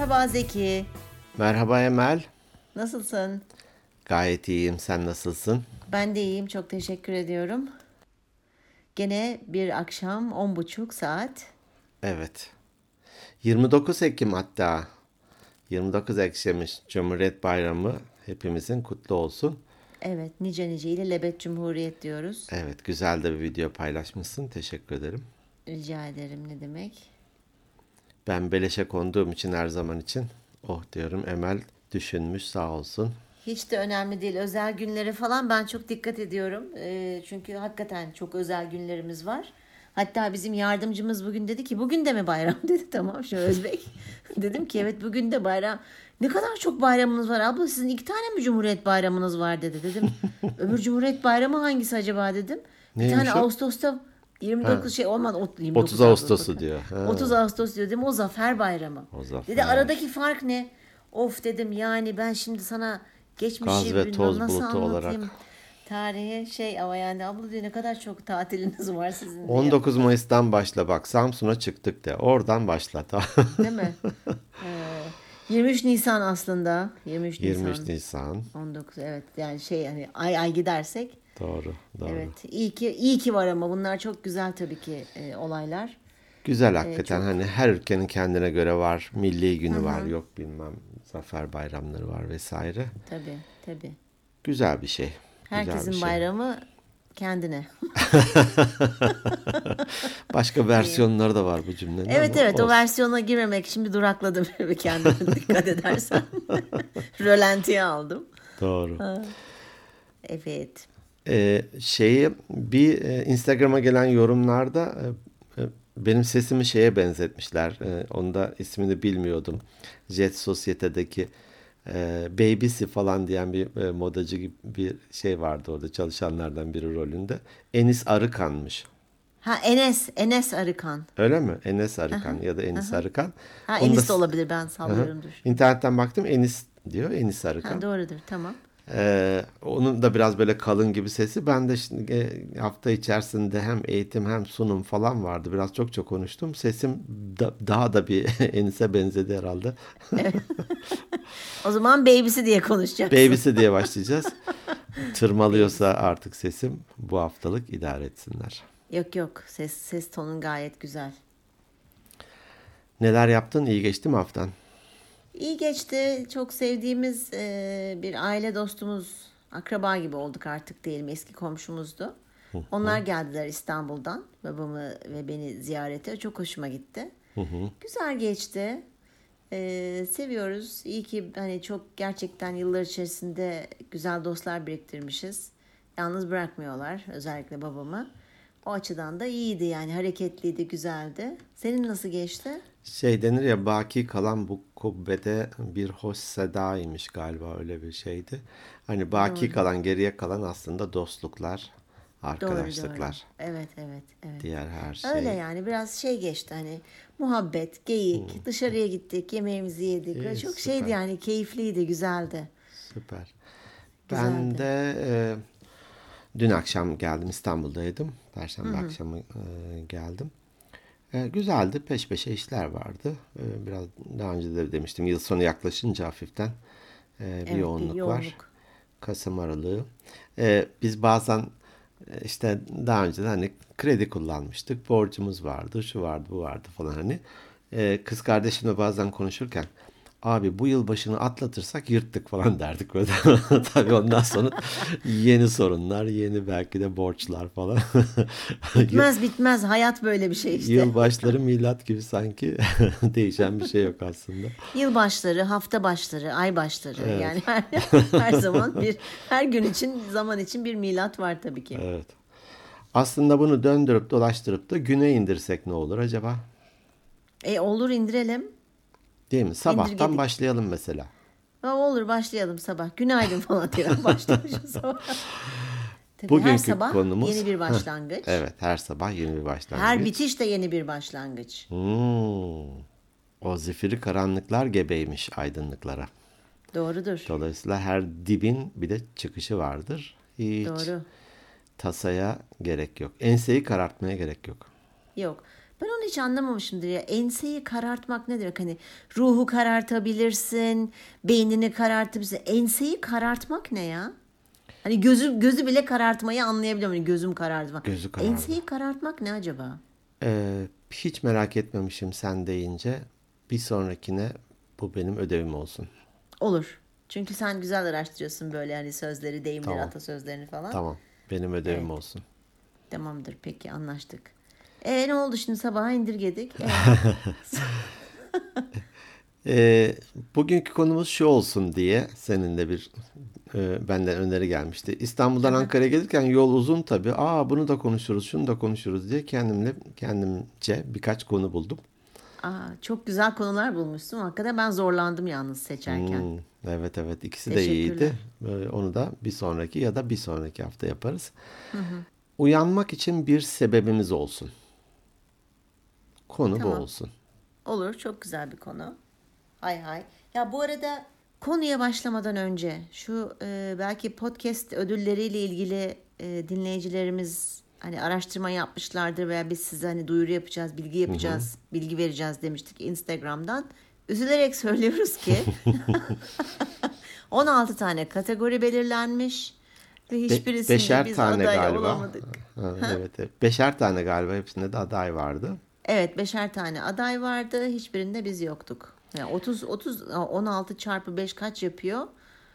Merhaba Zeki. Merhaba Emel. Nasılsın? Gayet iyiyim. Sen nasılsın? Ben de iyiyim. Çok teşekkür ediyorum. Gene bir akşam 10.30 saat. Evet. 29 Ekim hatta. 29 Ekim Cumhuriyet Bayramı hepimizin kutlu olsun. Evet, nice nice ilelebet Cumhuriyet diyoruz. Evet, güzel de bir video paylaşmışsın. Teşekkür ederim. Rica ederim, ne demek. Ben beleşe konduğum için her zaman için oh diyorum, Emel düşünmüş sağ olsun. Hiç de önemli değil. Özel günlere falan ben çok dikkat ediyorum. Çünkü hakikaten çok özel günlerimiz var. Hatta bizim yardımcımız bugün dedi ki bugün de mi bayram dedi. Tamam şu Özbek. Dedim ki evet bugün de bayram. Ne kadar çok bayramınız var abla, sizin 2 tane mi Cumhuriyet Bayramınız var dedi. Dedim öbür Cumhuriyet Bayramı hangisi acaba dedim. Bir tane Neymiş o? Ağustos'ta 29 şey olmadı 29 30 Ağustos'u diyor. 30 Ağustos diyor değil mi? O Zafer Bayramı. O zafer. Dedi aradaki fark ne? Of dedim, yani ben şimdi sana geçmişi Gaz ve toz nasıl bulutu anlatayım? olarak. Tarihi şey ama yani abla diyor ne kadar çok tatiliniz var sizin diyor. 19 Mayıs'tan başla bak, Samsun'a çıktık de. Oradan başla. Değil mi? 23 Nisan aslında. 23 23 Nisan. Nisan. 19 evet, yani şey hani ay gidersek. Doğru, doğru. Evet, iyi ki var ama bunlar çok güzel tabii ki olaylar. Güzel hakikaten, Çok. hani her ülkenin kendine göre var. Milli günü var, yok bilmem zafer bayramları var vesaire. Tabii. Güzel bir şey. Güzel bir Herkesin şey. bayramı kendine. Başka versiyonları da var bu cümlenin Evet ama o olsun. versiyona girmemek şimdi durakladım kendime dikkat edersen. Rölantiye aldım. Doğru. Evet. Şeyi bir Instagram'a gelen yorumlarda benim sesimi şeye benzetmişler. Onu da ismini bilmiyordum. Jet Sosyete'deki Babysi falan diyen bir modacı gibi bir şey vardı orada, çalışanlardan biri rolünde. Enis Arıkan'mış. Ha, Enes Arıkan. Öyle mi? Enes Arıkan ya da Enis Arıkan. Ha, Onu da Enis de olabilir, ben sallıyorum İnternetten baktım, Enis diyor. Enis Arıkan. Ha, doğrudur, tamam. Onun da biraz böyle kalın gibi sesi. Ben de şimdi hafta içerisinde hem eğitim hem sunum falan vardı. Biraz çok konuştum. Sesim daha da bir Enis'e benzedi herhalde. O zaman baby'si diye konuşacaksın. Babysi diye başlayacağız. Tırmalıyorsa artık sesim, bu haftalık idare etsinler. Yok, ses tonun gayet güzel. Neler yaptın? İyi geçti mi haftan? İyi geçti. Çok sevdiğimiz bir aile dostumuz, akraba gibi olduk artık, diyelim, eski komşumuzdu. Onlar geldiler İstanbul'dan, babamı ve beni ziyarete. Çok hoşuma gitti. Güzel geçti. Seviyoruz. İyi ki hani çok gerçekten yıllar içerisinde güzel dostlar biriktirmişiz. Yalnız bırakmıyorlar, özellikle babamı. O açıdan da iyiydi, yani hareketliydi, güzeldi. Senin nasıl geçti? Şey denir ya, baki kalan bu kubbede bir hoş sedaymış, galiba öyle bir şeydi. Hani baki kalan, geriye kalan aslında dostluklar, Doğru. arkadaşlıklar. Evet. Diğer her şey. Öyle yani, biraz şey geçti hani, muhabbet, geyik, dışarıya gittik, yemeğimizi yedik. İyi, Çok süper. şeydi yani, keyifliydi, güzeldi. Süper. Güzeldi. Ben de dün akşam geldim, İstanbul'daydım. Perşembe akşamı geldim. Güzeldi. Peş peşe işler vardı. Biraz daha önce de demiştim. Yıl sonu yaklaşınca hafiften bir Evet, bir yoğunluk var. yoğunluk. Kasım aralığı. Biz bazen işte daha önce de hani kredi kullanmıştık. Borcumuz vardı. Şu vardı, bu vardı falan hani. Kız kardeşimle bazen konuşurken abi bu yıl başını atlatırsak yırttık falan derdik böyle. Tabii ondan sonra yeni sorunlar, yeni belki de borçlar falan. Bitmez hayat böyle bir şey işte. Yılbaşları milat gibi sanki, değişen bir şey yok aslında. Yılbaşları, hafta başları, ay başları, Evet. yani her zaman her gün için, zaman için bir milat var tabii ki. Evet. Aslında bunu döndürüp dolaştırıp da güne indirsek ne olur acaba? Olur, indirelim. Değil mi? Sabahtan İndirgedik. başlayalım mesela. Olur, başlayalım sabah. Günaydın falan diye başlamışız sabah. Tabii her Bugünkü sabah konumuz yeni bir başlangıç. Evet, her sabah yeni bir başlangıç. Her bitiş de yeni bir başlangıç. O zifiri karanlıklar gebeymiş aydınlıklara. Doğrudur. Dolayısıyla her dibin bir de çıkışı vardır. Hiç Doğru. tasaya gerek yok. Enseyi karartmaya gerek yok. Yok. Ben onu hiç anlamamışımdır ya. Enseyi karartmak ne demek? Hani ruhu karartabilirsin, beynini karartabilirsin. Enseyi karartmak ne ya? Hani gözü bile karartmayı anlayabiliyorum. Hani gözüm karartma. Gözü karardı. Enseyi karartmak ne acaba? Hiç merak etmemişim sen deyince. Bir sonrakine bu benim ödevim olsun. Olur. Çünkü sen güzel araştırıyorsun böyle hani sözleri, deyimleri, Tamam. atasözlerini falan. Tamam. Benim ödevim Evet. olsun. Tamamdır. Peki anlaştık. Ne oldu şimdi sabaha indirgedik? Ee, Bugünkü konumuz şu olsun diye seninle benden öneri gelmişti. İstanbul'dan Ankara'ya gelirken yol uzun tabii. Bunu da konuşuruz, şunu da konuşuruz diye kendimce birkaç konu buldum. Çok güzel konular bulmuşsun. Hakikaten ben zorlandım yalnız seçerken. Evet evet, ikisi de iyiydi. Teşekkürler. Onu da bir sonraki ya da bir sonraki hafta yaparız. Uyanmak için bir sebebimiz olsun. Konu bu Tamam. olsun. Olur. Çok güzel bir konu. Hay hay. Ya bu arada konuya başlamadan önce şu belki podcast ödülleriyle ilgili dinleyicilerimiz hani araştırma yapmışlardır veya biz size hani duyuru yapacağız, bilgi yapacağız, bilgi vereceğiz demiştik Instagram'dan. Üzülerek söylüyoruz ki 16 tane kategori belirlenmiş ve hiçbirisinde Beşer biz tane aday galiba. olamadık. Evet, evet. Beşer tane galiba, hepsinde de aday vardı. Evet, beşer tane aday vardı. Hiçbirinde biz yoktuk. Yani 16 çarpı 5 kaç yapıyor?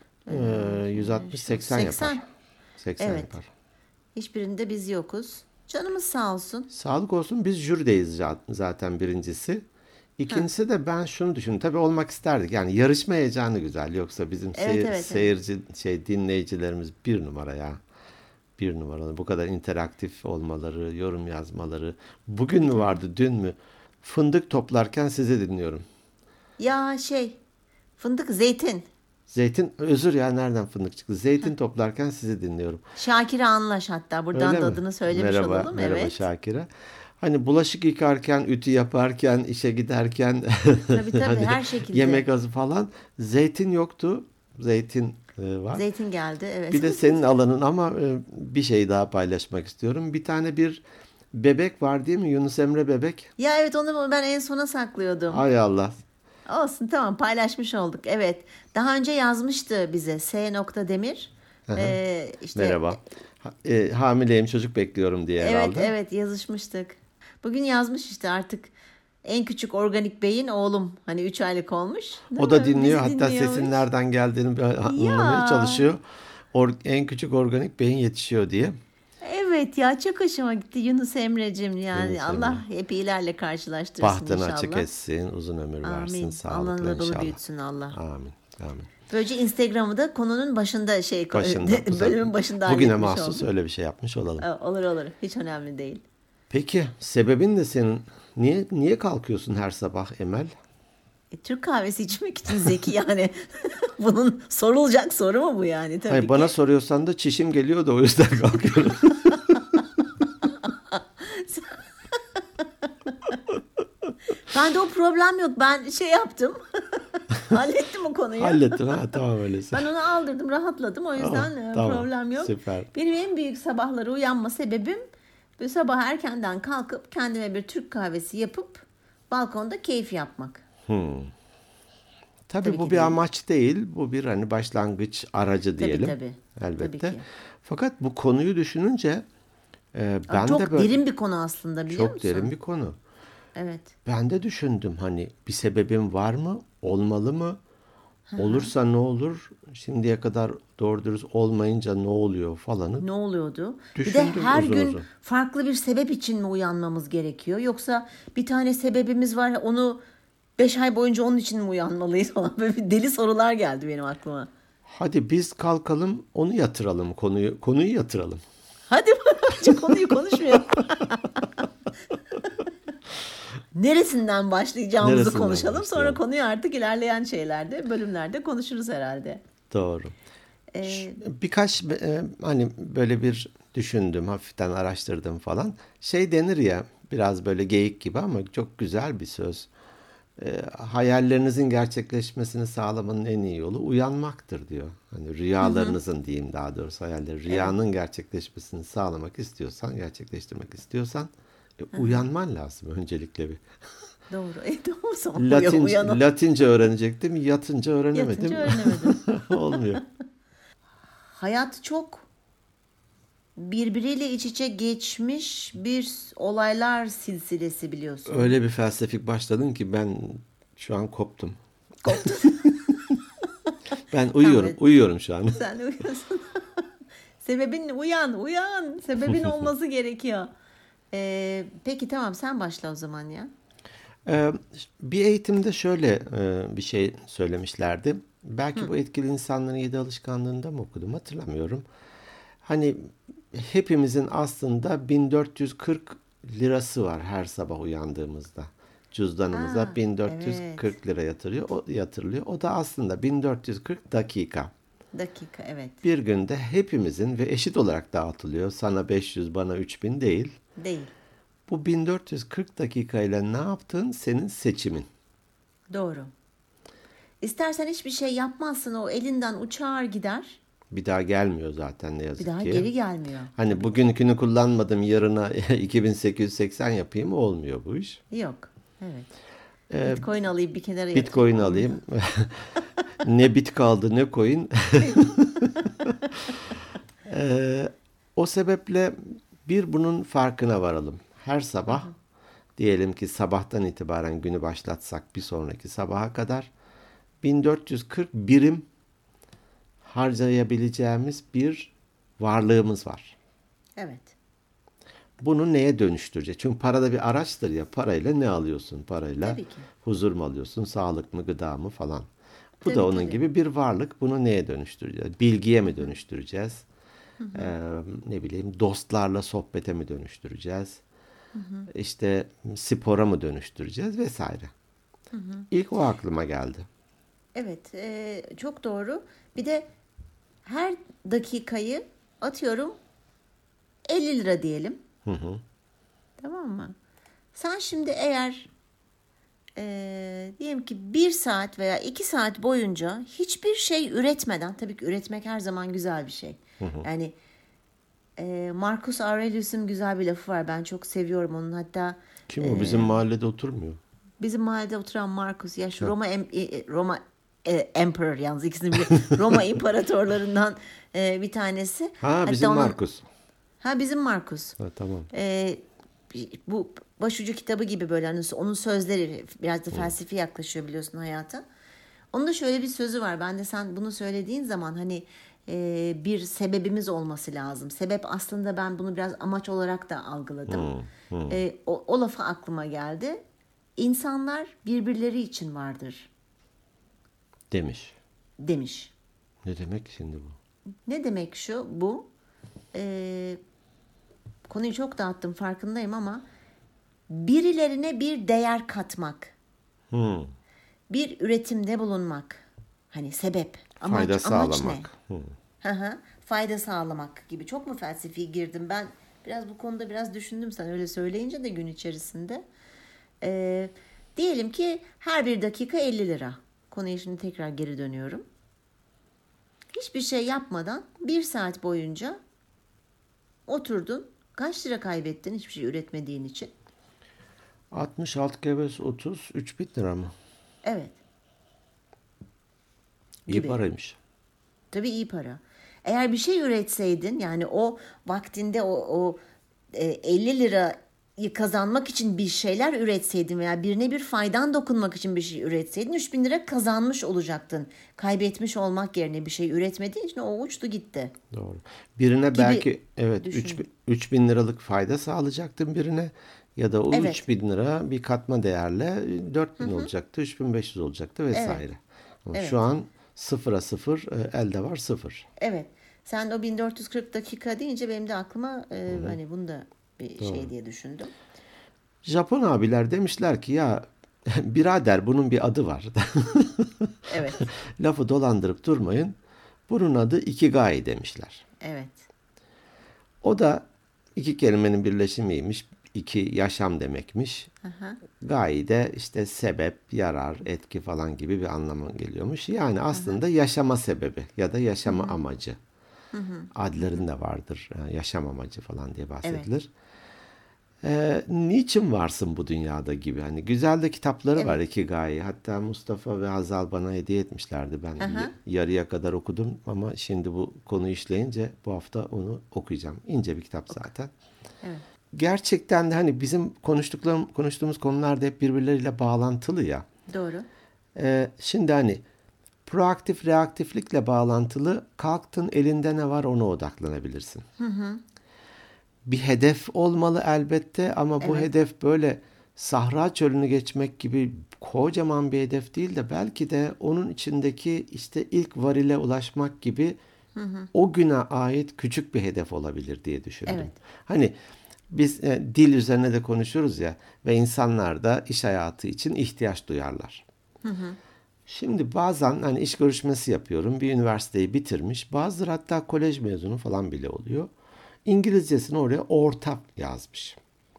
160-80 yapar. 80. 80 Evet. yapar. Hiçbirinde biz yokuz. Canımız sağ olsun. Sağlık olsun, biz jürideyiz zaten birincisi. İkincisi de ben şunu düşündüm. Tabii olmak isterdik. Yani yarışma heyecanı güzel. Yoksa bizim Evet, evet, seyirci dinleyicilerimiz bir numara ya. Bir numaralı. Bu kadar interaktif olmaları, yorum yazmaları. Bugün mü vardı, dün mü? Fındık toplarken sizi dinliyorum. Ya fındık zeytin. Zeytin, özür ya, nereden fındık çıktı? Zeytin toplarken sizi dinliyorum. Şakir'e anlaş hatta. Buradan Öyle da mi? adını söylemiş Merhaba, olalım. merhaba Evet. Şakir'e. Hani bulaşık yıkarken, ütü yaparken, işe giderken, Tabii hani her şekilde. yemek azı falan. Zeytin yoktu. Zeytin var. Zeytin geldi. Evet. Bir de senin alanın ama bir şey daha paylaşmak istiyorum. Bir bebek var değil mi? Yunus Emre bebek. Ya evet onu ben en sona saklıyordum. Hay Allah. Olsun tamam paylaşmış olduk. Evet. Daha önce yazmıştı bize S. Demir. İşte Merhaba. Hamileyim, çocuk bekliyorum diye evet herhalde. evet yazışmıştık. Bugün yazmış işte artık en küçük organik beyin oğlum. Hani 3 aylık olmuş. Değil O da mi? dinliyor. Bizi Hatta dinliyormuş. sesin nereden geldiğini anlamaya Ya çalışıyor. En küçük organik beyin yetişiyor diye. evet ya çok hoşuma gitti Yunus Emre'cim yani Yunus Emre. Allah hep iyilerle karşılaştırsın Bahtını açık inşallah. etsin, uzun ömür versin, Amin. sağlıkla Allah'ını dolu inşallah. büyütsün Allah. Amin, amin. Böylece Instagram'ı da konunun başında Başında, bölümün başında bugüne halletmiş mahsus olduk. öyle bir şey yapmış olalım. Olur olur hiç önemli değil. Peki, sebebin de senin. Niye kalkıyorsun her sabah Emel? Türk kahvesi içmek için Zeki yani. Bunun sorulacak soru mu bu yani tabii Hayır, ki. bana soruyorsan da çişim geliyor da o yüzden kalkıyorum. Bende o problem yok. Ben yaptım. Hallettim o konuyu. Hallettim ha, tamam öyleyse. Ben onu aldırdım, rahatladım. O yüzden Tamam, problem yok. süper. Benim en büyük sabahları uyanma sebebim bu sabah erkenden kalkıp kendime bir Türk kahvesi yapıp balkonda keyif yapmak. Tabii Tabii bu ki bir değil. amaç değil. Bu bir hani başlangıç aracı diyelim. Tabii. Elbette. Tabii ki. Fakat bu konuyu düşününce ben Çok de böyle derin bir konu aslında biliyor çok musun? derin bir konu. Evet. Ben de düşündüm, hani bir sebebim var mı? Olmalı mı? Olursa ne olur? Şimdiye kadar doğru dürüst olmayınca ne oluyor falanı Ne oluyordu? Bir de düşündüm her uzun gün uzun. farklı bir sebep için mi uyanmamız gerekiyor? Yoksa bir tane sebebimiz var onu 5 ay boyunca onun için mi uyanmalıyız falan. Böyle bir deli sorular geldi benim aklıma. Hadi biz kalkalım, onu yatıralım, konuyu yatıralım. Hadi hiç konuyu konuşmayalım. Neresinden başlayacağımızı Neresinden konuşalım. Sonra başlayalım? konuyu artık ilerleyen bölümlerde konuşuruz herhalde. Doğru. Birkaç hani böyle bir düşündüm, hafiften araştırdım falan. Şey denir ya, biraz böyle geyik gibi ama çok güzel bir söz. Hayallerinizin gerçekleşmesini sağlamanın en iyi yolu uyanmaktır diyor. Hani rüyalarınızın diyeyim, daha doğrusu hayalleri. Evet. Rüyanın gerçekleşmesini sağlamak istiyorsan, gerçekleştirmek istiyorsan Uyanman lazım öncelikle bir. Doğru. Doğru sonra uyanalım. Latince öğrenecektim. Yatınca öğrenemedim. Yatınca öğrenemedim. Olmuyor. Hayat çok birbiriyle iç içe geçmiş bir olaylar silsilesi biliyorsun. Öyle bir felsefik başladın ki ben şu an koptum. Koptun. Ben uyuyorum. Evet. Uyuyorum şu an. Sen uyuyorsun. Sebebin uyan. Sebebin olması gerekiyor. Peki tamam sen başla o zaman ya. Bir eğitimde şöyle bir şey söylemişlerdi. Belki bu Etkili İnsanların 7 Alışkanlığında mı okudum hatırlamıyorum. Hani hepimizin aslında 1440 lirası var her sabah uyandığımızda. Cüzdanımıza 1440 evet. lira yatırılıyor. O da aslında 1440 dakika. Dakika evet. Bir günde hepimizin ve eşit olarak dağıtılıyor. Sana 500, bana 3000 değil. Değil. Bu 1440 dakikayla ne yaptığın senin seçimin. Doğru. İstersen hiçbir şey yapmazsın o elinden uçar gider. Bir daha gelmiyor zaten ne yazık Bir daha ki. geri gelmiyor. Hani bugünkünü kullanmadım yarına 2880 yapayım olmuyor bu iş. Yok. Evet. Bitcoin alayım bir kenara yatırayım. Bitcoin alayım. Ne bit kaldı ne coin. O sebeple bunun farkına varalım. Her sabah diyelim ki sabahtan itibaren günü başlatsak bir sonraki sabaha kadar 1440 birim harcayabileceğimiz bir varlığımız var. Evet. Bunu neye dönüştüreceğiz? Çünkü para da bir araçtır ya. Parayla ne alıyorsun? Parayla Tabii ki. huzur mu alıyorsun? Sağlık mı? Gıda mı? Falan. Bu Tabii, da onun tabii. gibi bir varlık. Bunu neye dönüştüreceğiz? Bilgiye mi dönüştüreceğiz? Ne bileyim dostlarla sohbete mi dönüştüreceğiz? İşte spora mı dönüştüreceğiz? Vesaire. İlk o aklıma geldi. Evet. Çok doğru. Bir de her dakikayı atıyorum 50 lira diyelim. Tamam mı? Sen şimdi eğer diyelim ki 1 saat veya 2 saat boyunca hiçbir şey üretmeden, tabii ki üretmek her zaman güzel bir şey. Yani Marcus Aurelius'un güzel bir lafı var. Ben çok seviyorum onun. Hatta Kim o? Bizim mahallede oturmuyor. bizim mahallede oturan Marcus. Ya şu Roma Emperor yalnız ikisini bir Roma imparatorlarından bir tanesi. Ha bizim Hatta Markus. bizim Marcus. Ha, tamam. Bu başucu kitabı gibi böyle hani onun sözleri biraz da felsefi yaklaşıyor biliyorsun hayata. Onun da şöyle bir sözü var. Ben de sen bunu söylediğin zaman hani bir sebebimiz olması lazım. Sebep aslında ben bunu biraz amaç olarak da algıladım. O lafı aklıma geldi. İnsanlar birbirleri için vardır Demiş. demiş. Ne demek şimdi bu? Ne demek bu? Konuyu çok dağıttım farkındayım ama birilerine bir değer katmak. Bir üretimde bulunmak. Hani sebep. Fayda amaç sağlamak. ne? Fayda sağlamak gibi. Çok mu felsefi girdim? Ben biraz bu konuda biraz düşündüm sen öyle söyleyince de gün içerisinde. Diyelim ki her bir dakika 50 lira. Konuya şimdi tekrar geri dönüyorum. Hiçbir şey yapmadan 1 saat boyunca oturdun. Kaç lira kaybettin hiçbir şey üretmediğin için? 66 kere 30, 3000 lira mı? Evet. İyi Gibi. paraymış. Tabii iyi para. Eğer bir şey üretseydin yani o vaktinde o 50 lirayı kazanmak için bir şeyler üretseydin veya birine bir faydan dokunmak için bir şey üretseydin 3000 lira kazanmış olacaktın. Kaybetmiş olmak yerine bir şey üretmediğin için o uçtu gitti. Doğru. Birine belki evet düşün. 3000 liralık fayda sağlayacaktın birine ya da o Evet. 3000 lira bir katma değerle 4000 olacaktı, 3500 olacaktı vesaire. Ama Evet. şu an sıfıra sıfır, elde var sıfır. Evet. Sen o 1440 dakika deyince benim de aklıma hani bunu da bir şey diye düşündüm. Japon abiler demişler ki ya birader bunun bir adı var. Evet. Lafı dolandırıp durmayın. Bunun adı ikigai demişler. Evet. O da iki kelimenin birleşimiymiş. İki yaşam demekmiş. Gai de işte sebep, yarar, etki falan gibi bir anlama geliyormuş. Yani aslında yaşama sebebi ya da yaşama amacı. Adlerin de vardır. Yaşam amacı falan diye bahsedilir. Niçin varsın bu dünyada gibi. Hani güzel de kitapları var Evet. Ikigai. Hatta Mustafa ve Hazal bana hediye etmişlerdi. Ben Aha, yarıya kadar okudum ama şimdi bu konu işleyince bu hafta onu okuyacağım. İnce bir kitap zaten. evet. Gerçekten de hani bizim konuştuğumuz konular da hep birbirleriyle bağlantılı ya. Doğru. Şimdi hani proaktif reaktiflikle bağlantılı, kalktın elinde ne var ona odaklanabilirsin. Bir hedef olmalı elbette ama bu Evet. hedef böyle Sahra çölünü geçmek gibi kocaman bir hedef değil de belki de onun içindeki işte ilk varile ulaşmak gibi o güne ait küçük bir hedef olabilir diye düşündüm. Evet. Hani biz dil üzerine de konuşuruz ya ve insanlar da iş hayatı için ihtiyaç duyarlar. Şimdi bazen hani iş görüşmesi yapıyorum. Bir üniversiteyi bitirmiş. Bazıları hatta kolej mezunu falan bile oluyor. İngilizcesini oraya orta yazmış.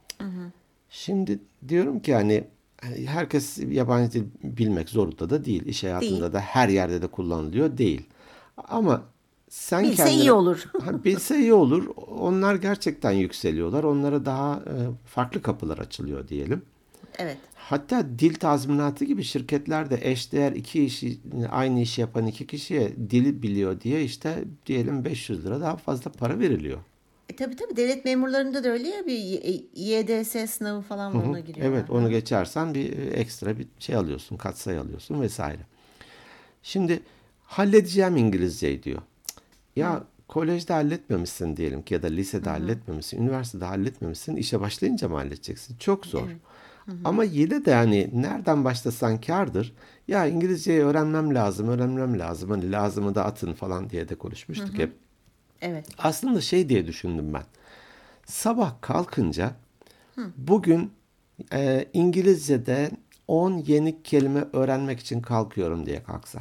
Şimdi diyorum ki hani herkes yabancı dil bilmek zorunda da değil. İş Değil. hayatında da her yerde de kullanılıyor değil. Ama sen Bilse kendine iyi olur. bilse iyi olur. Onlar gerçekten yükseliyorlar. Onlara daha farklı kapılar açılıyor diyelim. Evet. Hatta dil tazminatı gibi şirketlerde eşdeğer aynı işi yapan iki kişiye dili biliyor diye işte diyelim 500 lira daha fazla para veriliyor. Tabii devlet memurlarında da öyle ya, bir YDS sınavı falan var, ona giriyorlar. Evet, onu geçersen bir ekstra bir şey alıyorsun, katsayı alıyorsun vesaire. Şimdi halledeceğim İngilizceyi diyor. Ya kolejde halletmemişsin diyelim ki ya da lisede halletmemişsin, üniversitede halletmemişsin, işe başlayınca mı halledeceksin? Çok zor. Evet. Ama yine de hani nereden başlasan kârdır. Ya İngilizceyi öğrenmem lazım. Hani lazımı da atın falan diye de konuşmuştuk hep. Evet. Aslında şey diye düşündüm ben. Sabah kalkınca bugün İngilizce'de 10 yeni kelime öğrenmek için kalkıyorum diye kalksa.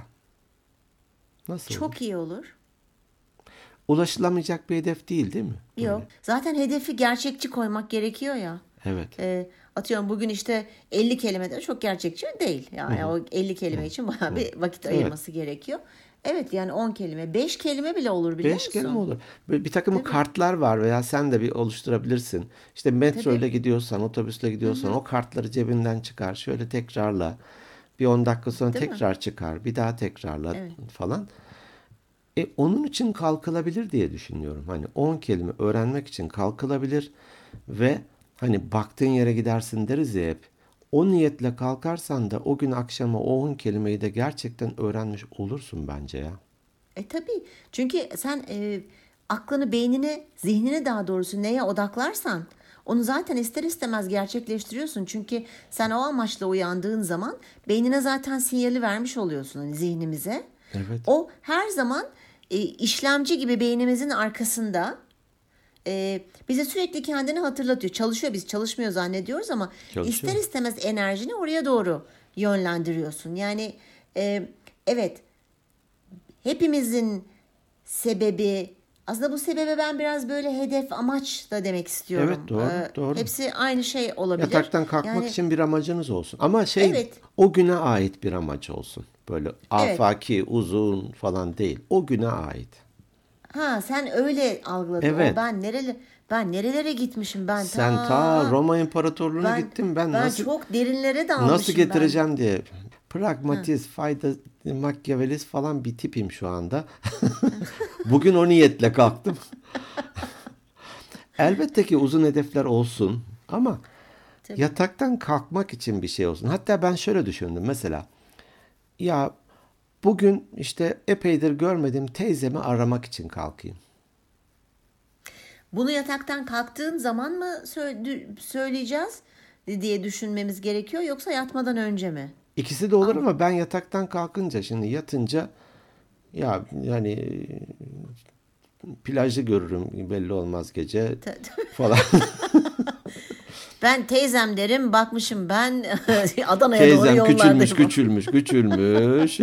Nasıl olur? Çok iyi olur. Ulaşılamayacak bir hedef değil mi? Yok. Zaten hedefi gerçekçi koymak gerekiyor ya. Evet. Atıyorum bugün işte 50 kelime de çok gerçekçi değil. Yani o 50 kelime için bayağı bir vakit Evet. ayırması gerekiyor. Evet, yani 10 kelime, 5 kelime bile olur, biliyor 5 kelime musun? olur. Böyle bir takım Tabii. kartlar var veya sen de bir oluşturabilirsin. İşte metro ile Tabii. gidiyorsan, otobüsle gidiyorsan o kartları cebinden çıkar. Şöyle tekrarla. Bir 10 dakika sonra Değil mi? tekrar çıkar. Bir daha tekrarla Evet. falan. Onun için kalkılabilir diye düşünüyorum. Hani 10 kelime öğrenmek için kalkılabilir ve hani baktığın yere gidersin deriz ya hep. O niyetle kalkarsan da o gün akşama o 10 kelimeyi de gerçekten öğrenmiş olursun bence ya. Tabii. Çünkü sen aklını, beynini, zihnini daha doğrusu neye odaklarsan onu zaten ister istemez gerçekleştiriyorsun. Çünkü sen o amaçla uyandığın zaman beynine zaten sinyali vermiş oluyorsun, hani zihnimize. Evet. O her zaman işlemci gibi beynimizin arkasında bize sürekli kendini hatırlatıyor. Çalışıyor, biz çalışmıyor zannediyoruz ama Çalışıyor. ister istemez enerjini oraya doğru yönlendiriyorsun. Yani evet, hepimizin sebebi, aslında bu sebebe ben biraz böyle hedef, amaç da demek Evet, istiyorum. doğru. Hepsi aynı şey olabilir. Yataktan kalkmak Yani için bir amacınız olsun. Ama evet, o güne ait bir amaç olsun. Böyle evet. afaki, uzun falan değil. O güne ait. Ha, sen öyle algıladın. Evet. Ben nerelere gitmişim, ben Sen ta Roma İmparatorluğu'na ben gittin. Ben ben nasıl çok derinlere nasıl dalmışım ben. getireceğim diye. Pragmatist, fayda, Machiavellist falan bir tipim şu anda. Bugün o niyetle kalktım. Elbette ki uzun hedefler olsun ama Tabii. yataktan kalkmak için bir şey olsun. Hatta ben şöyle düşündüm mesela. Ya bugün işte epeydir görmediğim teyzemi aramak için kalkayım. Bunu yataktan kalktığın zaman mı söyleyeceğiz diye düşünmemiz gerekiyor, yoksa yatmadan önce mi? İkisi de olur An ama ben yataktan kalkınca şimdi yatınca ya yani plajı görürüm belli olmaz gece falan. Ben teyzem derim, bakmışım ben Adana'ya doğru Teyzem yollardayım. küçülmüş.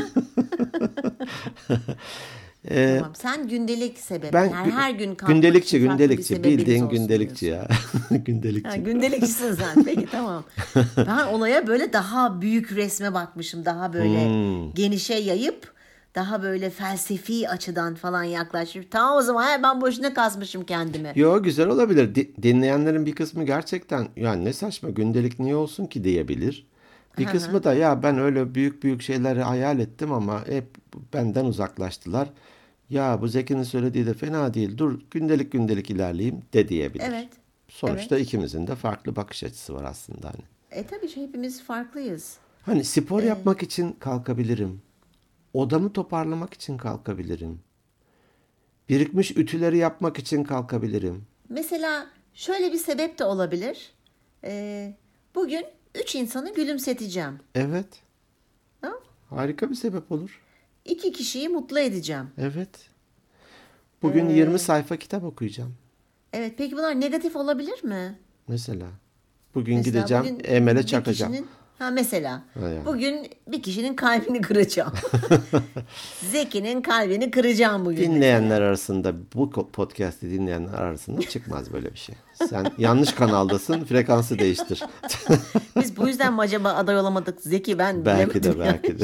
Tamam. Sen gündelik sebep. Ben Yani her gün kalkmak için farklı bir sebebiniz bildiğin olsun gündelikçi diyorsun. ya. Ha, Gündelikçi. gündelikçisin sen. Peki, tamam. Ben olaya böyle daha büyük resme bakmışım. Daha böyle genişe yayıp daha böyle felsefi açıdan falan yaklaşıp tamam o zaman ben boşuna kasmışım kendimi. Yo, güzel olabilir. Dinleyenlerin bir kısmı gerçekten yani ne saçma, gündelik niye olsun ki diyebilir. Bir kısmı da ya ben öyle büyük büyük şeyleri hayal ettim ama hep benden uzaklaştılar. Ya bu Zeki'nin söylediği de fena değil. Dur gündelik gündelik ilerleyeyim de diyebilir. Evet. Sonuçta Evet. ikimizin de farklı bakış açısı var aslında hani. Tabii ki hepimiz farklıyız. Hani spor yapmak için kalkabilirim. Odamı toparlamak için kalkabilirim. Birikmiş ütüleri yapmak için kalkabilirim. Mesela şöyle bir sebep de olabilir. Bugün 3 insanı gülümseteceğim. Evet, Ha? harika bir sebep olur. 2 kişiyi mutlu edeceğim. Evet. Bugün 20 sayfa kitap okuyacağım. Evet, peki bunlar negatif olabilir mi? Mesela. Bugün Mesela gideceğim bugün Emel'e bir çakacağım. mesela Ha yani. bugün bir kişinin kalbini kıracağım. Zeki'nin kalbini kıracağım bugün Dinleyenler mesela. arasında, bu podcast'i dinleyenler arasında çıkmaz böyle bir şey. Sen yanlış kanaldasın, frekansı değiştir. Biz bu yüzden mi acaba aday olamadık? Zeki ben Belki bilemedim de, yani. belki de.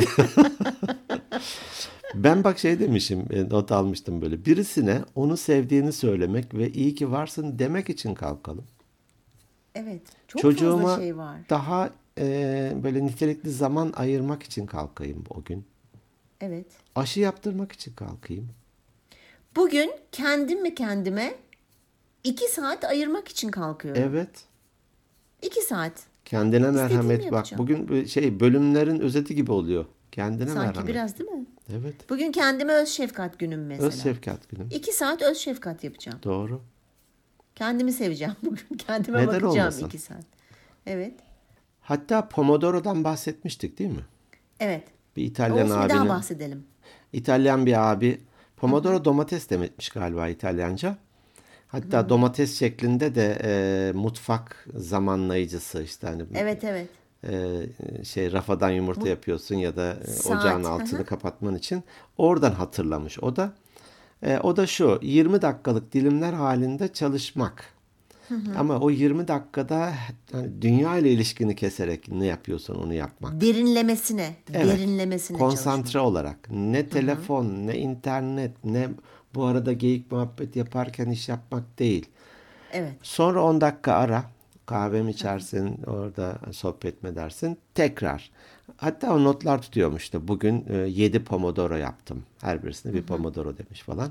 Ben bak şey demişim, not almıştım böyle. Birisine onu sevdiğini söylemek ve iyi ki varsın demek için kalkalım. Evet, çok fazla Çocuğuma şey var. daha böyle nitelikli zaman ayırmak için kalkayım o gün. Evet. Aşı yaptırmak için kalkayım. Bugün kendim mi kendime 2 saat ayırmak için kalkıyorum. Evet. 2 saat. Kendine İstediğimi merhamet. Bak yapacağım. bugün bölümlerin özeti gibi oluyor. Kendine Sanki merhamet. biraz değil mi? Evet. Bugün kendime öz şefkat günüm mesela. Öz şefkat günü. 2 saat öz şefkat yapacağım. Doğru. Kendimi seveceğim bugün. Kendime Neden bakacağım olmasın? 2 saat. Evet. Hatta Pomodoro'dan bahsetmiştik değil mi? Evet. Bir İtalyan Olsun bir daha abinin. bahsedelim. İtalyan bir abi. Pomodoro domates demetmiş galiba İtalyanca. Hatta domates şeklinde de mutfak zamanlayıcısı işte hani Evet evet. rafadan yumurta yapıyorsun ya da Saat. ocağın altını kapatman için oradan hatırlamış. O da şu 20 dakikalık dilimler halinde çalışmak. Ama o 20 dakikada hani dünya ile ilişkini keserek ne yapıyorsan onu yapmak. Derinlemesine. Evet. Derinlemesine Konsantre çalışmak. olarak. Ne telefon, ne internet, ne bu arada geyik muhabbet yaparken iş yapmak değil. Evet. Sonra 10 dakika ara. Kahvemi içersin, orada sohbet mi edersin? Tekrar. Hatta o notlar tutuyormuş da bugün 7 pomodoro yaptım. Her birisine bir pomodoro demiş falan.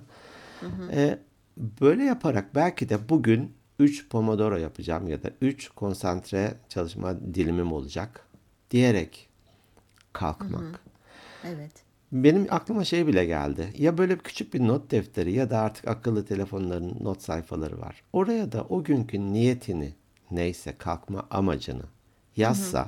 Böyle yaparak belki de bugün 3 pomodoro yapacağım ya da 3 konsantre çalışma dilimim olacak diyerek kalkmak. Evet. Benim aklıma şey bile geldi. Ya böyle küçük bir not defteri ya da artık akıllı telefonların not sayfaları var. Oraya da o günkü niyetini neyse kalkma amacını yazsa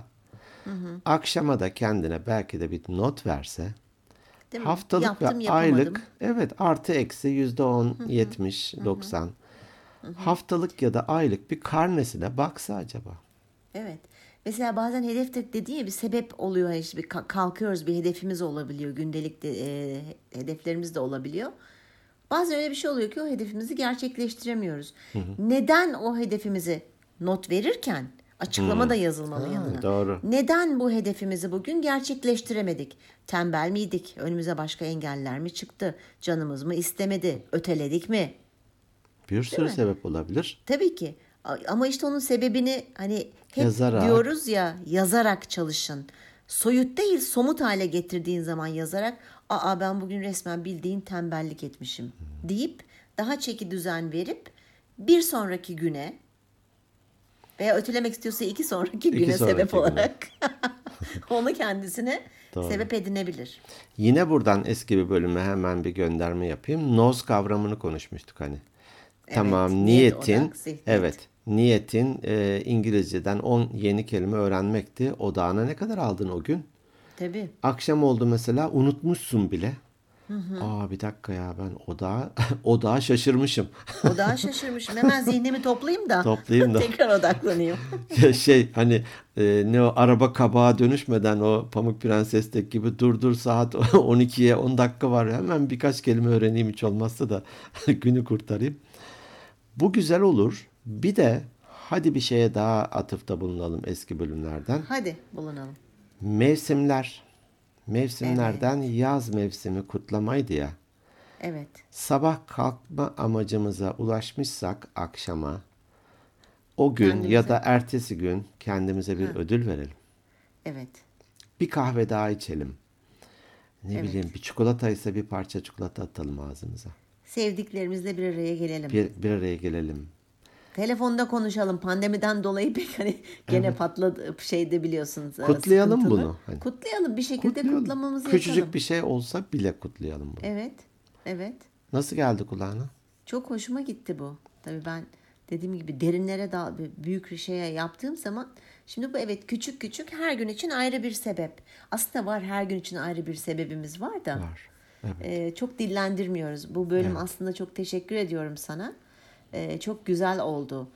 akşama da kendine belki de bir not verse Değil mi? haftalık ve Yaptım yapamadım. aylık evet artı eksi %10, 70, 90 haftalık ya da aylık bir karnesine baksa acaba. Evet. Mesela bazen hedef dediğin ya bir sebep oluyor. İşte bir kalkıyoruz bir hedefimiz olabiliyor. Gündelik hedeflerimiz de olabiliyor. Bazen öyle bir şey oluyor ki o hedefimizi gerçekleştiremiyoruz. Neden o hedefimizi not verirken açıklama da yazılmalı yanına. Doğru. Neden bu hedefimizi bugün gerçekleştiremedik? Tembel miydik? Önümüze başka engeller mi çıktı? Canımız mı istemedi? Öteledik mi? Bir sürü mi? sebep olabilir. Tabii ki. Ama işte onun sebebini hani hep Yazarak. diyoruz ya yazarak çalışın. Soyut değil somut hale getirdiğin zaman yazarak ben bugün resmen bildiğin tembellik etmişim deyip daha çeki düzen verip bir sonraki güne veya ötelemek istiyorsa 2 sonraki güne sonraki sebep güne. olarak onu kendisine Doğru. sebep edinebilir. Yine buradan eski bir bölüme hemen bir gönderme yapayım. Noz kavramını konuşmuştuk hani. Tamam, niyet niyetin, odak, zihniyet. evet, niyetin İngilizceden 10 yeni kelime öğrenmekti. Odağına ne kadar aldın o gün? Tabii. Akşam oldu mesela, unutmuşsun bile. Bir dakika ya, ben odağa şaşırmışım. O daha şaşırmışım. Hemen zihnimi toplayayım da Toplayayım da. tekrar odaklanayım. Hani ne o araba kabağa dönüşmeden o Pamuk Prenses'teki gibi dur saat 12'ye 10 dakika var. Hemen birkaç kelime öğreneyim hiç olmazsa da günü kurtarayım. Bu güzel olur. Bir de hadi bir şeye daha atıfta bulunalım eski bölümlerden. Hadi bulunalım. Mevsimler. Mevsimlerden yaz mevsimi kutlamaydı ya. Evet. Sabah kalkma amacımıza ulaşmışsak akşama, o gün ya Kendimize. da ertesi gün kendimize bir ödül verelim. Evet. Bir kahve daha içelim. Ne Evet. bileyim, bir çikolata ise bir parça çikolata atalım ağzımıza. Sevdiklerimizle bir araya gelelim. Bir araya gelelim. Telefonda konuşalım. Pandemiden dolayı pek hani gene patladı şeyde biliyorsunuz Kutlayalım sıkıntılı. bunu. Hani Kutlayalım bir şekilde kutlayalım. kutlamamızı Küçücük yapalım. bir şey olsa bile kutlayalım bunu. Evet. Evet. Nasıl geldi kulağına? Çok hoşuma gitti bu. Tabii ben dediğim gibi derinlere büyük bir şeye yaptığım zaman şimdi bu evet küçük küçük her gün için ayrı bir sebep. Aslında var her gün için ayrı bir sebebimiz var da Var. Evet. çok dillendirmiyoruz. Bu bölüm aslında çok teşekkür ediyorum sana. Çok güzel oldu.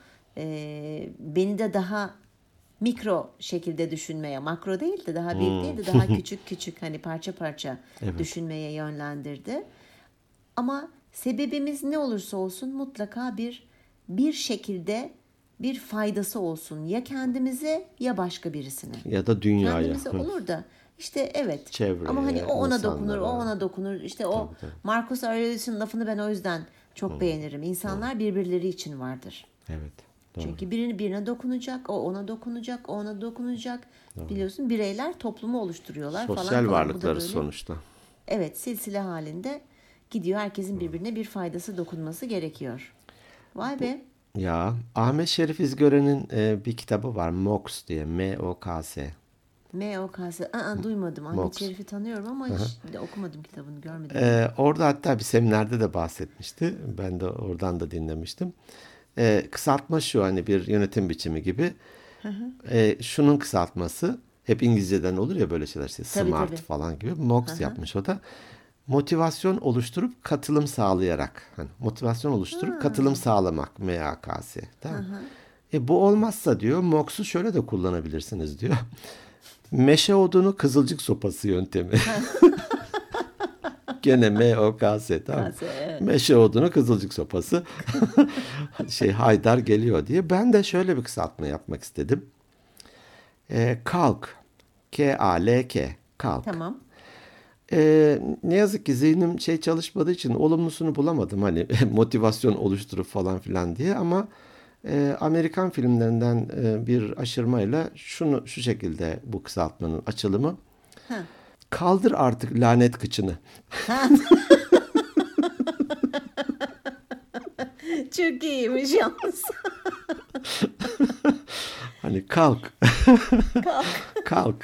Beni de daha mikro şekilde düşünmeye, makro değil de daha büyük değil de daha küçük küçük hani parça parça düşünmeye yönlendirdi. Ama sebebimiz ne olursa olsun mutlaka bir şekilde bir faydası olsun. Ya kendimize ya başka birisine. Ya da dünyaya. Kendimize olur da işte evet. Çevreye, Ama hani o ona dokunur, o insanlara. ona dokunur. İşte o Tabii. Marcus Aurelius'un lafını ben o yüzden çok beğenirim. İnsanlar birbirleri için vardır. Evet. Doğru. Çünkü birine dokunacak, o ona dokunacak, o ona dokunacak. Biliyorsun bireyler toplumu oluşturuyorlar falan Sosyal falan. Bu da varlıkları böyle, sonuçta. evet, silsile halinde gidiyor. Herkesin birbirine bir faydası dokunması gerekiyor. Vay be. Ya Ahmet Şerif İzgören'in bir kitabı var. MOKS diye. M-O-K-S. M.O.K.S. Duymadım. Ahmet Mox. Şerif'i tanıyorum ama hiç de okumadım kitabını, görmedim. Orada hatta bir seminerde de bahsetmişti. Ben de oradan da dinlemiştim. Kısaltma şu, hani bir yönetim biçimi gibi. Şunun kısaltması hep İngilizceden olur ya böyle şeyler, işte Tabii, SMART tabii. falan gibi. MOKS yapmış o da. Motivasyon oluşturup katılım sağlayarak. Hani motivasyon oluşturup katılım sağlamak, M-A-K-S. Tamam mı? Bu olmazsa diyor, MOKS'u şöyle de kullanabilirsiniz diyor. Meşe odunu kızılcık sopası yöntemi. Gene M-O-K-S, tamam mı? K.S., evet. Meşe odunu kızılcık sopası. Haydar geliyor diye. Ben de şöyle bir kısaltma yapmak istedim. Kalk. K-A-L-K. Kalk. Tamam. Ne yazık ki zihnim çalışmadığı için olumlusunu bulamadım. Hani motivasyon oluşturup falan filan diye, ama Amerikan filmlerinden bir aşırmayla şu şekilde bu kısaltmanın açılımı. Ha. Kaldır artık lanet kıçını. Çok iyiymiş yalnız. Hani kalk. Kalk. Kalk.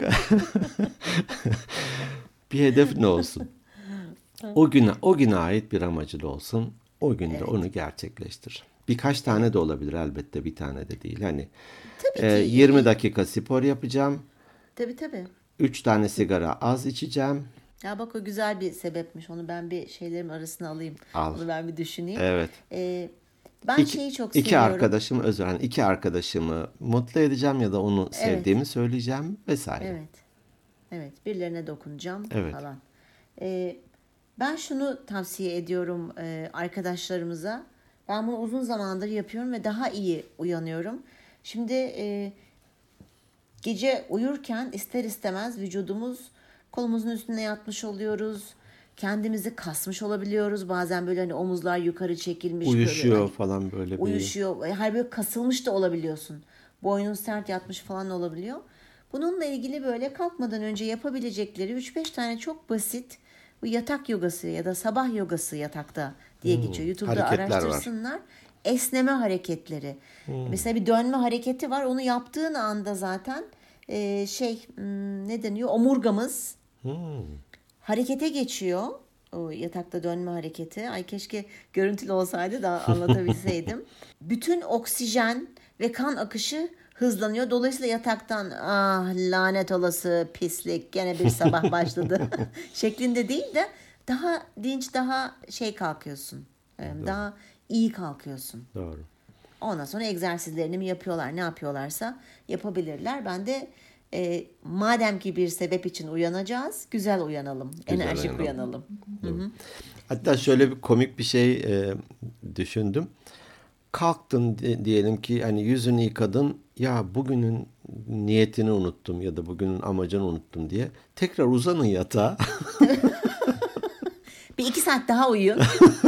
Bir hedef ne olsun? O güne ait bir amacı da olsun. O günde onu gerçekleştir. Birkaç tane de olabilir elbette, bir tane de değil. Hani Tabii ki. 20 dakika spor yapacağım. Tabii. 3 tane sigara az içeceğim. Ya bak, o güzel bir sebepmiş. Onu ben bir şeylerim arasına alayım. Al. Onu ben bir düşüneyim. Evet. Ben şeyi çok iki seviyorum. arkadaşım, özür dilerim, iki arkadaşımı mutlu edeceğim ya da onu sevdiğimi söyleyeceğim vesaire. Evet. Birilerine dokunacağım Evet. falan. Ben şunu tavsiye ediyorum arkadaşlarımıza. Ben bunu uzun zamandır yapıyorum ve daha iyi uyanıyorum. Şimdi gece uyurken ister istemez vücudumuz, kolumuzun üstüne yatmış oluyoruz. Kendimizi kasmış olabiliyoruz. Bazen böyle hani omuzlar yukarı çekilmiş. Uyuşuyor böyle, hani falan böyle bir. uyuşuyor. Her böyle kasılmış da olabiliyorsun. Boynun sert yatmış falan olabiliyor. Bununla ilgili böyle kalkmadan önce yapabilecekleri 3-5 tane çok basit bu yatak yogası ya da sabah yogası yatakta diye geçiyor. YouTube'da hareketler var. araştırsınlar. Esneme hareketleri. Mesela bir dönme hareketi var. Onu yaptığın anda zaten ne deniyor? Omurgamız harekete geçiyor. O yatakta dönme hareketi. Ay keşke görüntülü olsaydı da anlatabilseydim. Bütün oksijen ve kan akışı hızlanıyor. Dolayısıyla yataktan lanet olası pislik gene bir sabah başladı şeklinde değil de daha dinç, daha kalkıyorsun. Daha iyi kalkıyorsun. Doğru. Ondan sonra egzersizlerini mi yapıyorlar, ne yapıyorlarsa yapabilirler. Ben de madem ki bir sebep için uyanacağız, güzel uyanalım, enerjik uyanalım. Hatta şöyle bir komik bir şey düşündüm. Kalktın diyelim ki, hani yüzünü yıkadın. Ya bugünün niyetini unuttum ya da bugünün amacını unuttum diye tekrar uzanın yatağa. Bir 2 saat daha uyuyun.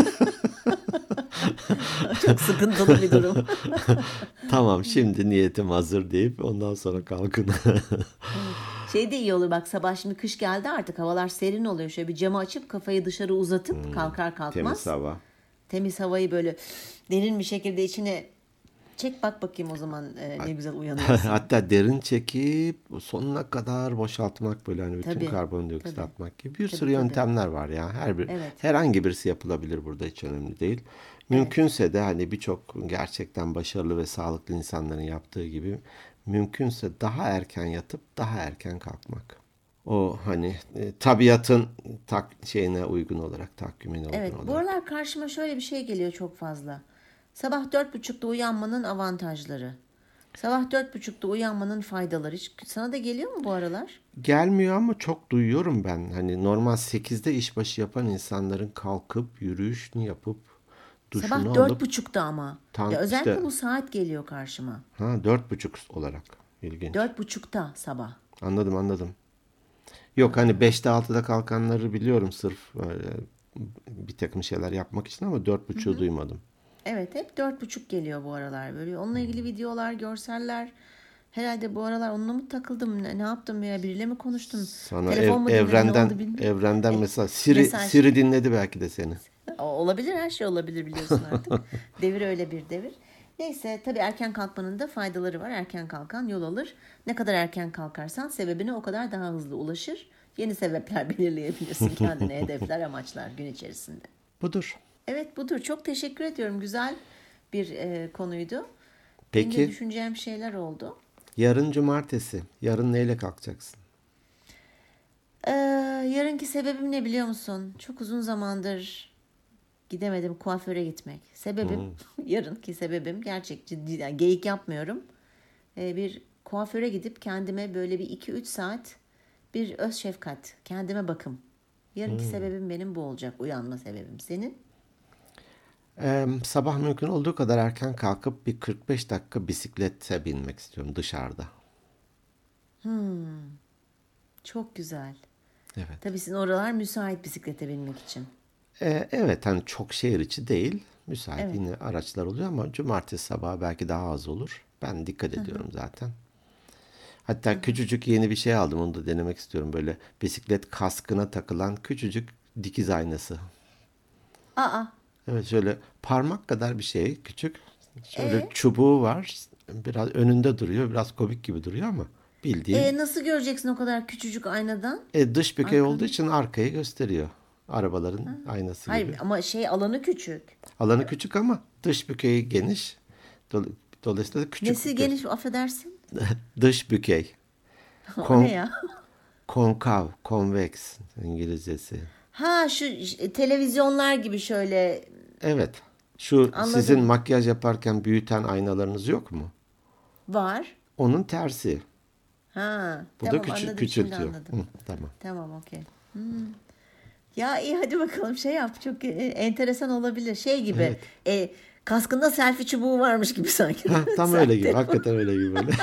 Çok sıkıntılı bir durum. Tamam, şimdi niyetim hazır deyip ondan sonra kalkın. Şey de iyi olur bak, sabah şimdi kış geldi artık, havalar serin oluyor. Şöyle bir camı açıp kafayı dışarı uzatıp kalkar kalkmaz. Temiz hava. Temiz havayı böyle derin bir şekilde içine çek, bak bakayım o zaman ne güzel uyanıyorsun. Hatta derin çekip sonuna kadar boşaltmak, böyle hani bütün Tabii, karbondioksit tabii. atmak gibi bir sürü Tabii. yöntemler var ya. Evet. Herhangi birisi yapılabilir, burada hiç önemli değil. Mümkünse de hani birçok gerçekten başarılı ve sağlıklı insanların yaptığı gibi mümkünse daha erken yatıp daha erken kalkmak. O hani tabiatın şeyine uygun olarak, takvimine uygun Evet, bu olarak. aralar karşıma şöyle bir şey geliyor çok fazla. Sabah 4.30'da uyanmanın avantajları. Sabah 4.30'da uyanmanın faydaları. Hiç sana da geliyor mu bu aralar? Gelmiyor ama çok duyuyorum ben. Hani normal 8'de işbaşı yapan insanların kalkıp yürüyüşünü yapıp Sabah duşunu alıp 4.30'da ama. tam Ya özellikle işte bu saat geliyor karşıma. 4.30 olarak. İlginç. 4.30'da sabah. Anladım. Yok, hani 5'te 6'da kalkanları biliyorum, sırf bir takım şeyler yapmak için, ama 4.30'u duymadım. Evet, hep 4.30 geliyor bu aralar. Böyle onunla ilgili videolar, görseller. Herhalde bu aralar onunla mı takıldım? Ne yaptım ya? Biriyle mi konuştum? Sana Telefon mu dinledim? Ne oldu bilmiyorum. evrenden E, mesela mesaj. Siri dinledi belki de seni. Olabilir, her şey olabilir biliyorsun artık. Devir öyle bir devir. Neyse, tabii erken kalkmanın da faydaları var. Erken kalkan yol alır. Ne kadar erken kalkarsan sebebine o kadar daha hızlı ulaşır. Yeni sebepler belirleyebilirsin kendine, hedefler, amaçlar gün içerisinde. Budur. Evet, budur. Çok teşekkür ediyorum. Güzel bir konuydu. Benim de Peki düşüneceğim şeyler oldu. yarın cumartesi. Yarın neyle kalkacaksın? Yarınki sebebim ne biliyor musun? Çok uzun zamandır gidemedim kuaföre gitmek. Sebebim, yarınki sebebim gerçek, ciddi, yani geyik yapmıyorum. Bir kuaföre gidip kendime böyle bir 2-3 saat bir öz şefkat, kendime bakım. Yarınki sebebim benim bu olacak. Uyanma sebebim. Senin? Sabah mümkün olduğu kadar erken kalkıp bir 45 dakika bisiklete binmek istiyorum dışarıda. Çok güzel. Evet. Tabii sizin oralar müsait bisiklete binmek için. Evet, hani çok şehir içi değil. Müsait Evet. yine araçlar oluyor ama cumartesi sabahı belki daha az olur. Ben dikkat ediyorum zaten. Hatta küçücük yeni bir şey aldım, onu da denemek istiyorum. Böyle bisiklet kaskına takılan küçücük dikiz aynası. Aa, Evet, şöyle parmak kadar bir şey, küçük. Şöyle e, çubuğu var. Biraz önünde duruyor. Biraz komik gibi duruyor ama bildiğin nasıl göreceksin o kadar küçücük aynadan? dış bükey olduğu Arkanı. için arkayı gösteriyor. Arabaların aynası Hayır gibi. ama alanı küçük. Alanı küçük ama dış bükeyi geniş. Dolayısıyla da Nesi küçük geniş, affedersin. dış bükey. O ne Kon ya? konkav, convex İngilizcesi. Ha, şu televizyonlar gibi şöyle, Evet. Şu sizin anladım. makyaj yaparken büyüten aynalarınız yok mu? Var. Onun tersi. Ha, Bu da tamam, anladım, şimdi küçültüyor. anladım. Tamam. Tamam, okey. Ya iyi, hadi bakalım, şey yap, çok enteresan olabilir. Şey gibi, Evet. kaskında selfie çubuğu varmış gibi sanki. Tam Sen öyle gibi. telefon. Hakikaten öyle gibi böyle.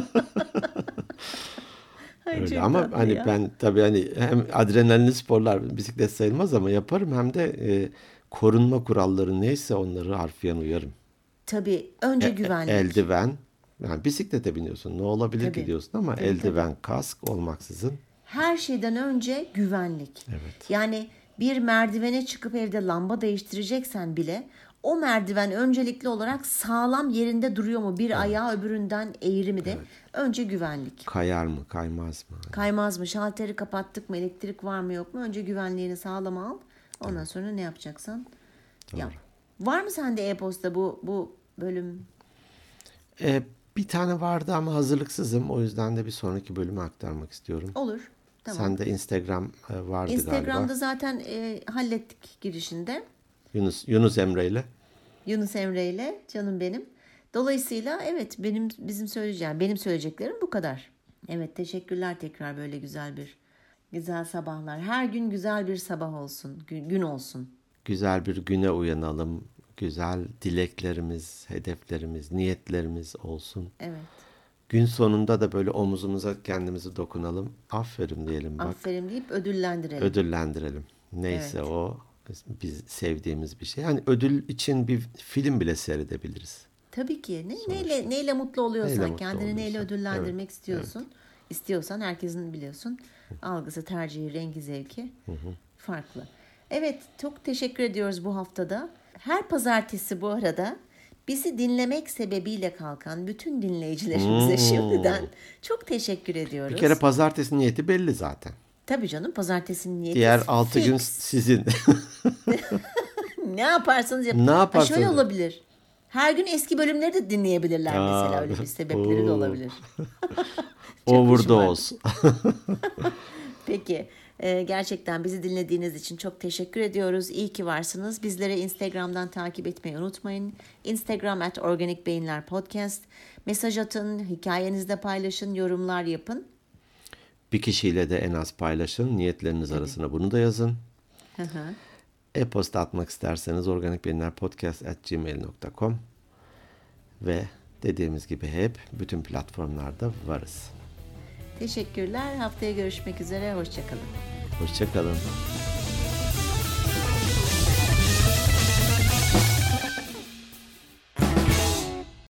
Ay, Öyle çok ama tatlı hani ya. ben tabii hani hem adrenalinli sporlar, bisiklet sayılmaz ama yaparım, hem de korunma kuralları neyse onları harfiyen uyarım. Tabii önce güvenlik. Eldiven, yani bisiklete biniyorsun, ne olabilir ki Tabii. diyorsun, ama Tabii. eldiven, kask olmaksızın. Her şeyden önce güvenlik. Evet. Yani bir merdivene çıkıp evde lamba değiştireceksen bile o merdiven öncelikli olarak sağlam yerinde duruyor mu? Bir ayağı öbüründen eğri mi de. Önce güvenlik. Kayar mı, kaymaz mı? Kaymaz mı? Şalteri kapattık mı? Elektrik var mı yok mu? Önce güvenliğini sağlama al. Ondan sonra ne yapacaksan yap. Var mı sende e-posta bu bölüm? Bir tane vardı ama hazırlıksızım. O yüzden de bir sonraki bölüme aktarmak istiyorum. Olur. Tamam. Sende Instagram vardı galiba. Instagram'da zaten hallettik girişinde. Yunus Emre ile. Yunus Emre ile, canım benim. Dolayısıyla evet, bizim söyleyeceğim, benim söyleyeceklerim bu kadar. Evet, teşekkürler tekrar, böyle güzel sabahlar. Her gün güzel bir sabah olsun, gün olsun. Güzel bir güne uyanalım. Güzel dileklerimiz, hedeflerimiz, niyetlerimiz olsun. Evet. gün sonunda da böyle omuzumuza kendimizi dokunalım. Aferin diyelim bak. Aferin deyip ödüllendirelim. Ödüllendirelim. Neyse Evet. o biz sevdiğimiz bir şey. Hani ödül için bir film bile seyredebiliriz. Tabii ki. Sonuçta. Neyle mutlu oluyorsan, Neyle mutlu kendini neyle oluyorsan. Evet. ödüllendirmek istiyorsun. İstiyorsan herkesin biliyorsun algısı, tercihi, rengi, zevki farklı. Evet, çok teşekkür ediyoruz bu haftada. Her pazartesi bu arada bizi dinlemek sebebiyle kalkan bütün dinleyicilerimize şimdiden çok teşekkür ediyoruz. Bir kere pazartesi niyeti belli zaten. Tabii canım, pazartesinin niyeti Diğer 6 gün fix. sizin. Ne yaparsanız yapın. Ne Ha, yaparsanız şöyle yapın. olabilir. Her gün eski bölümleri de dinleyebilirler mesela. Öyle bir sebepleri de olabilir. Çok hoşuma Overdose. Peki, gerçekten bizi dinlediğiniz için çok teşekkür ediyoruz. İyi ki varsınız. Bizleri Instagram'dan takip etmeyi unutmayın. Instagram @organikbeyinlerpodcast. Mesaj atın, hikayenizde paylaşın, yorumlar yapın. Bir kişiyle de en az paylaşın. Niyetleriniz arasına bunu da yazın. Hı hı. E-posta atmak isterseniz organikbeyinlerpodcast@gmail.com ve dediğimiz gibi hep bütün platformlarda varız. Teşekkürler. Haftaya görüşmek üzere. Hoşça kalın. Hoşça kalın.